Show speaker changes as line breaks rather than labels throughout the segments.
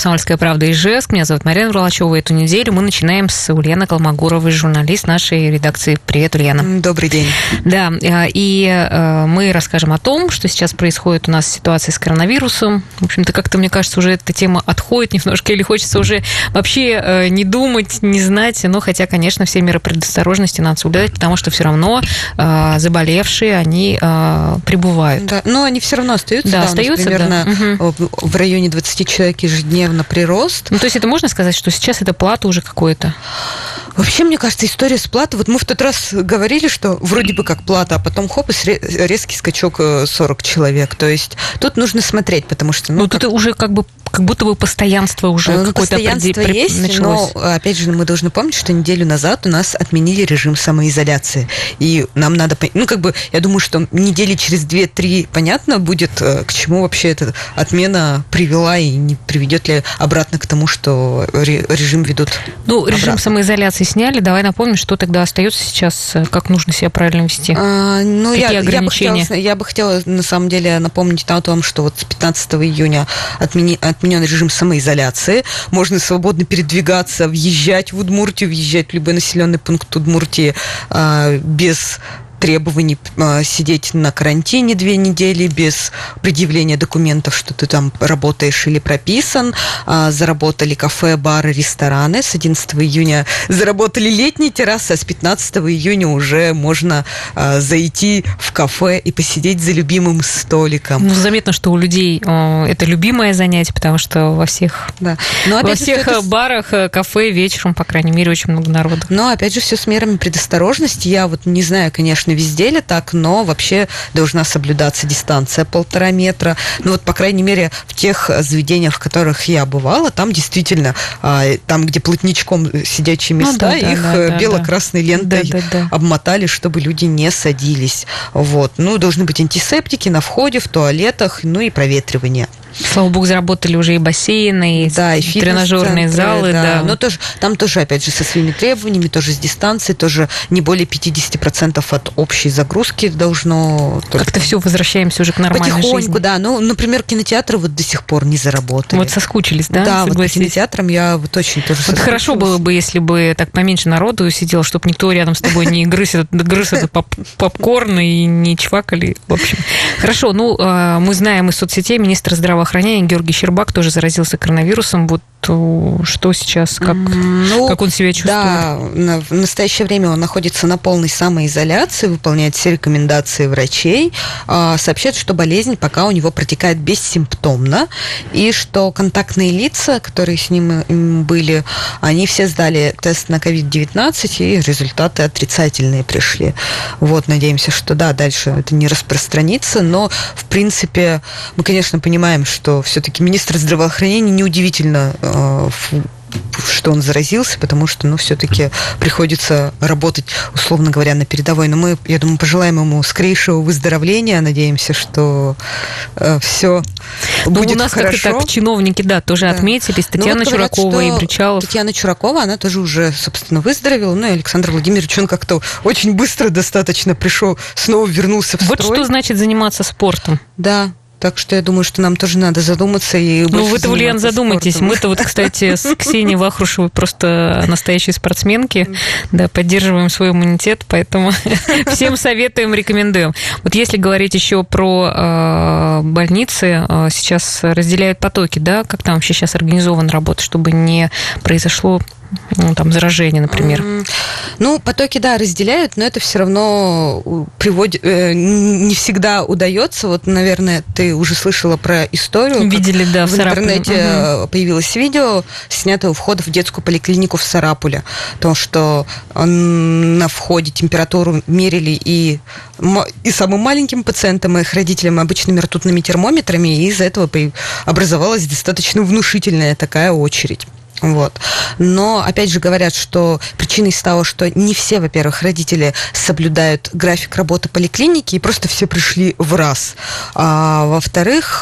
«Комсомольская правда» Ижевск. Меня зовут Марина Вролачева. Эту неделю мы начинаем с Ульяны Колмогоровой, журналист нашей редакции. Привет, Ульяна.
Добрый день.
Да, и мы расскажем о том, что сейчас происходит у нас ситуация с коронавирусом. В общем-то, как-то, мне кажется, уже эта тема отходит немножко, или хочется уже вообще не думать, не знать. Но хотя, конечно, все меры предосторожности надо соблюдать, потому что все равно заболевшие, они прибывают.
Да, но они все равно остаются.
Да,
да,
остаются,
примерно
да.
В районе 20 человек ежедневно прирост.
Ну, то есть это можно сказать, что сейчас это плата уже какое-то?
Вообще, мне кажется, история с платой... Вот мы в тот раз говорили, что вроде бы как плата, а потом хоп, и резкий скачок 40 человек. То есть тут нужно смотреть, потому что...
Ну, тут уже как будто бы постоянство уже какое-то
постоянство есть,
началось.
Но, опять же, мы должны помнить, что неделю назад у нас отменили режим самоизоляции. И нам надо... Ну, я думаю, что недели через 2-3 понятно будет, к чему вообще эта отмена привела и не приведет ли обратно к тому, что режим ведут обратно.
Режим самоизоляции сняли. Давай напомним, что тогда остается сейчас, как нужно себя правильно вести. Какие ограничения?
Я бы хотела, на самом деле, напомнить о том, что вот с 15 июня отменен режим самоизоляции. Можно свободно передвигаться, въезжать в Удмуртию, въезжать в любой населенный пункт Удмуртии без требований сидеть на карантине 2 недели без предъявления документов, что ты там работаешь или прописан. Заработали кафе, бары, рестораны. С 11 июня заработали летние террасы, а с 15 июня уже можно зайти в кафе и посидеть за любимым столиком.
Ну, заметно, что у людей это любимое занятие, потому что во всех, барах, кафе вечером, по крайней мере, очень много народу.
Но, опять же, все с мерами предосторожности. Я вот не знаю, конечно, везде ли так, но вообще должна соблюдаться дистанция 1,5 метра. Ну вот, по крайней мере, в тех заведениях, в которых я бывала, там действительно, там, где плотничком сидячие места, бело-красной лентой обмотали, чтобы люди не садились. Вот. Ну, должны быть антисептики на входе, в туалетах, ну и проветривание.
Слава богу, заработали уже и бассейны, и тренажерные залы. Да.
Но там тоже, опять же, со своими требованиями, тоже с дистанцией, тоже не более 50% от общей загрузки должно...
Как-то все, возвращаемся уже к нормальной жизни.
Потихоньку, да. Ну, например, кинотеатры вот до сих пор не заработали.
Вот соскучились, да?
Да, вот по кинотеатрам я вот очень тоже соскучилась.
Вот хорошо было бы, если бы так поменьше народу сидело, чтобы никто рядом с тобой не грыз этот попкорн и не чвакали. В общем, хорошо. Ну, мы знаем из соцсетей, министр здравоохранения Георгий Щербак тоже заразился коронавирусом. Вот что сейчас, как он себя чувствует?
Да, в настоящее время он находится на полной самоизоляции, выполняет все рекомендации врачей, сообщает, что болезнь пока у него протекает бессимптомно, и что контактные лица, которые с ним были, они все сдали тест на COVID-19, и результаты отрицательные пришли. Вот, надеемся, что да, дальше это не распространится, но, в принципе, мы, конечно, понимаем, что все-таки министр здравоохранения неудивительно, что он заразился, потому что, все-таки приходится работать, условно говоря, на передовой. Но мы, я думаю, пожелаем ему скорейшего выздоровления, надеемся, что все будет
у нас
хорошо.
Как-то так чиновники, тоже отметились. Татьяна Чуракова и Бричалов.
Татьяна Чуракова, она тоже уже, собственно, выздоровела. Ну, и Александр Владимирович, он как-то очень быстро достаточно пришел, снова вернулся в строй.
Вот что значит заниматься спортом.
Да. Так что я думаю, что нам тоже надо задуматься и больше
вы-то, Ульяна, задумайтесь. Мы-то вот, кстати, с Ксенией Вахрушевой просто настоящие спортсменки, поддерживаем свой иммунитет, поэтому всем советуем, рекомендуем. Вот если говорить еще про больницы, сейчас разделяют потоки, да? Как там вообще сейчас организована работа, чтобы не произошло заражение, например?
Потоки, разделяют, но это все равно не всегда удается. Вот, наверное, ты уже слышала про историю.
Видели, в
в интернете появилось видео, снятое у входа в детскую поликлинику в Сарапуле. То, что на входе температуру мерили и самым маленьким пациентам, и их родителям обычными ртутными термометрами, и из-за этого образовалась достаточно внушительная такая очередь. Вот. Но, опять же, говорят, что причиной стало, что не все, во-первых, родители соблюдают график работы поликлиники, и просто все пришли в раз. А во-вторых,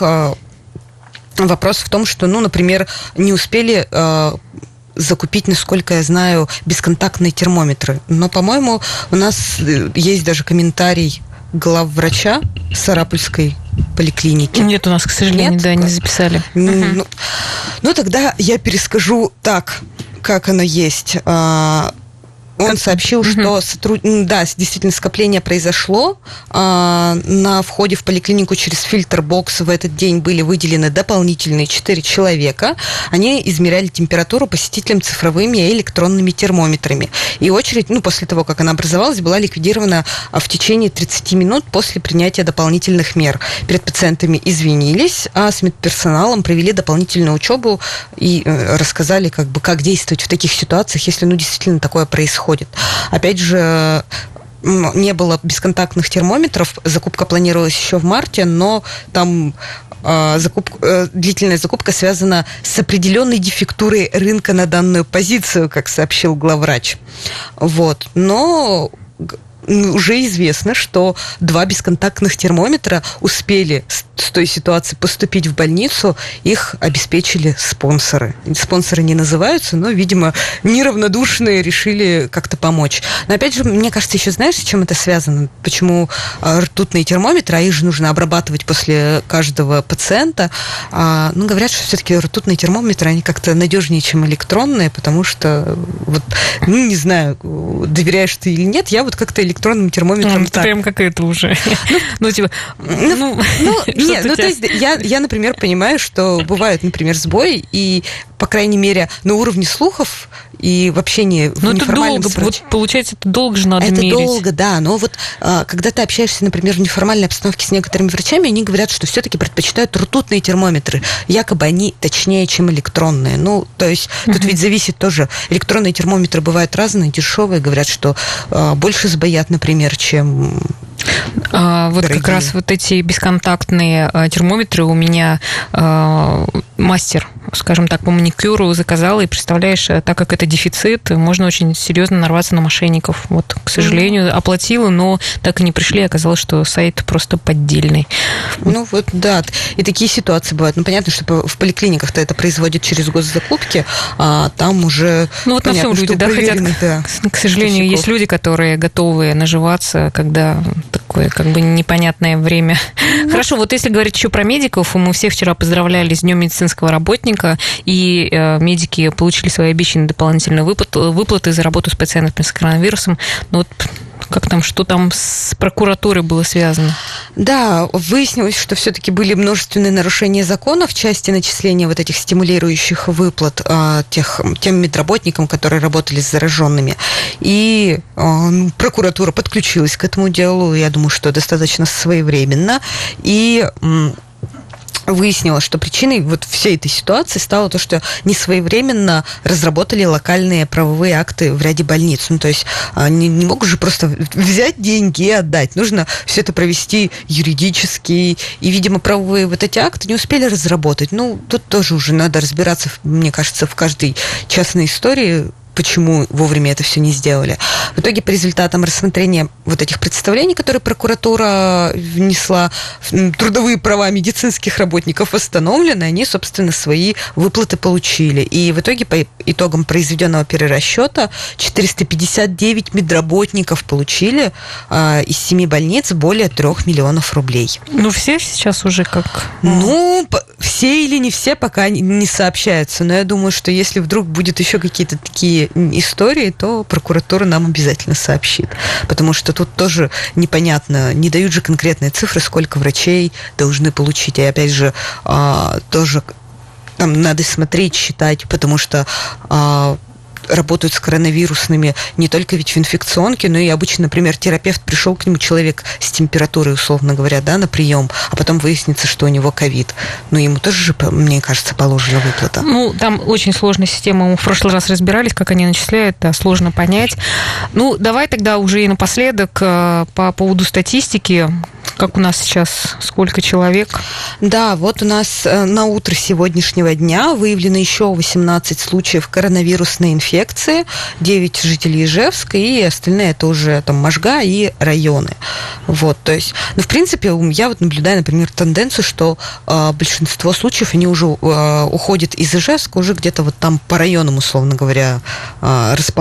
вопрос в том, что, например, не успели закупить, насколько я знаю, бесконтактные термометры. Но, по-моему, у нас есть даже комментарий главврача Сарапульской поликлиники?
Нет, у нас, к сожалению,
Нет?
да, не записали.
Ну, тогда я перескажу так, как оно есть. Он сообщил, что действительно скопление произошло. На входе в поликлинику через фильтр-бокс в этот день были выделены дополнительные 4 человека. Они измеряли температуру посетителям цифровыми и электронными термометрами. И очередь, после того, как она образовалась, была ликвидирована в течение 30 минут после принятия дополнительных мер. Перед пациентами извинились, а с медперсоналом провели дополнительную учебу и рассказали, как действовать в таких ситуациях, если действительно такое происходит. Опять же, не было бесконтактных термометров, закупка планировалась еще в марте, но там длительная закупка связана с определенной дефектурой рынка на данную позицию, как сообщил главврач. Но уже известно, что 2 бесконтактных термометра успели с той ситуации поступить в больницу, их обеспечили спонсоры. Спонсоры не называются, но, видимо, неравнодушные решили как-то помочь. Но, опять же, мне кажется, еще знаешь, с чем это связано? Почему ртутные термометры, а их же нужно обрабатывать после каждого пациента. Говорят, что все-таки ртутные термометры, они как-то надежнее, чем электронные, потому что, не знаю, доверяешь ты или нет, я как-то электронным термометром так.
Прям как это уже.
Нет, то есть я, например, понимаю, что бывают, например, сбои, и, по крайней мере, на уровне слухов и в общении в неформальном...
это долго, получается, это долго же надо мерить.
Это долго, да, но когда ты общаешься, например, в неформальной обстановке с некоторыми врачами, они говорят, что все-таки предпочитают ртутные термометры, якобы они точнее, чем электронные. То есть тут ведь зависит тоже. Электронные термометры бывают разные, дешевые, говорят, что больше сбоят, например, чем...
как раз эти бесконтактные термометры у меня мастер, скажем так, по маникюру заказала, и, представляешь, так как это дефицит, можно очень серьезно нарваться на мошенников. К сожалению, оплатила, но так и не пришли, оказалось, что сайт просто поддельный.
Да, и такие ситуации бывают. Понятно, что в поликлиниках-то это производят через госзакупки, а там уже...
на всем люди, хотят. Да, к сожалению, есть люди, которые готовы наживаться, когда такое непонятное время. Хорошо, если говорить еще про медиков, мы всех вчера поздравляли с Днем медицинского работника, и медики получили свои обещанные дополнительные выплаты за работу с пациентами с коронавирусом. Что там с прокуратурой было связано? Да,
выяснилось, что все-таки были множественные нарушения закона в части начисления этих стимулирующих выплат тем медработникам, которые работали с зараженными. И прокуратура подключилась к этому делу, я думаю, что достаточно своевременно. И выяснилось, что причиной всей этой ситуации стало то, что несвоевременно разработали локальные правовые акты в ряде больниц. То есть не могут же просто взять деньги и отдать. Нужно все это провести юридически. И, видимо, правовые эти акты не успели разработать. Тут тоже уже надо разбираться, мне кажется, в каждой частной истории, почему вовремя это все не сделали. В итоге, по результатам рассмотрения этих представлений, которые прокуратура внесла, трудовые права медицинских работников восстановлены, они, собственно, свои выплаты получили. И в итоге, по итогам произведенного перерасчета, 459 медработников получили из 7 больниц более 3 миллионов рублей.
Все сейчас уже как...
Все или не все пока не сообщаются, но я думаю, что если вдруг будет еще какие-то такие истории, то прокуратура нам обязательно сообщит. Потому что тут тоже непонятно, не дают же конкретные цифры, сколько врачей должны получить. И опять же, тоже там надо смотреть, считать, потому что работают с коронавирусными не только ведь в инфекционке, но и обычно, например, терапевт пришел к нему, человек с температурой, условно говоря, на прием, а потом выяснится, что у него ковид. Ему тоже же, мне кажется, положена выплата.
Там очень сложная система. Мы в прошлый раз разбирались, как они начисляют, сложно понять. Давай тогда уже и напоследок по поводу статистики. Как у нас сейчас? Сколько человек?
Да, у нас на утро сегодняшнего дня выявлено еще 18 случаев коронавирусной инфекции, 9 жителей Ижевска, и остальные это уже Можга и районы. То есть, в принципе, я наблюдаю, например, тенденцию, что большинство случаев, они уже уходят из Ижевска, уже где-то там по районам, условно говоря,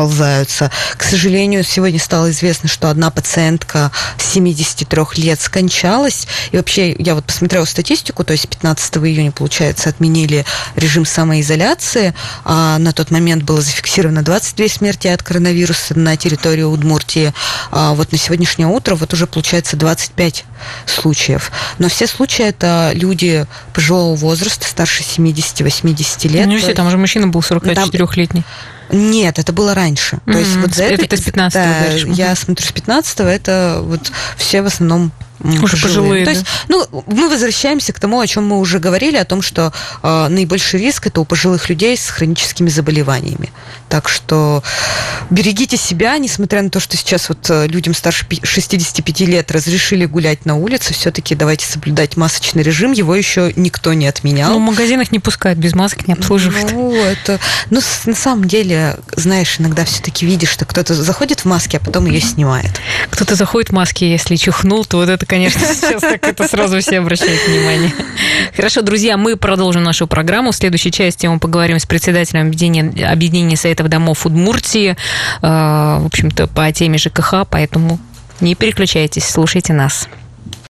расползаются. К сожалению, сегодня стало известно, что одна пациентка 73 лет скончалась скончалось. И вообще, я вот посмотрела статистику, то есть 15 июня, получается, отменили режим самоизоляции, а на тот момент было зафиксировано 22 смерти от коронавируса на территории Удмуртии. А вот на сегодняшнее утро вот уже, получается, 25 случаев. Но все случаи это люди пожилого возраста, старше 70-80 лет.
Ну, все, там уже мужчина был 44-летний.
Нет, это было раньше. То есть вот за
это с 15-го,
да,
говоришь.
Я смотрю с 15-го, это вот все в основном
уже пожилые,
То
да?
есть, мы возвращаемся к тому, о чем мы уже говорили, о том, что наибольший риск это у пожилых людей с хроническими заболеваниями. Так что берегите себя, несмотря на то, что сейчас вот людям старше 65 лет разрешили гулять на улице, все-таки давайте соблюдать масочный режим, его еще никто не отменял.
Ну, в магазинах не пускают, без масок не обслуживают.
На самом деле, знаешь, иногда все-таки видишь, что кто-то заходит в маске, а потом ее снимает.
Кто-то заходит в маске, если чихнул, то вот это, конечно, сейчас так это сразу все обращают внимание. Хорошо, друзья, мы продолжим нашу программу. В следующей части мы поговорим с председателем объединения советов домов Удмуртии, в общем-то, по теме ЖКХ, поэтому не переключайтесь, слушайте нас.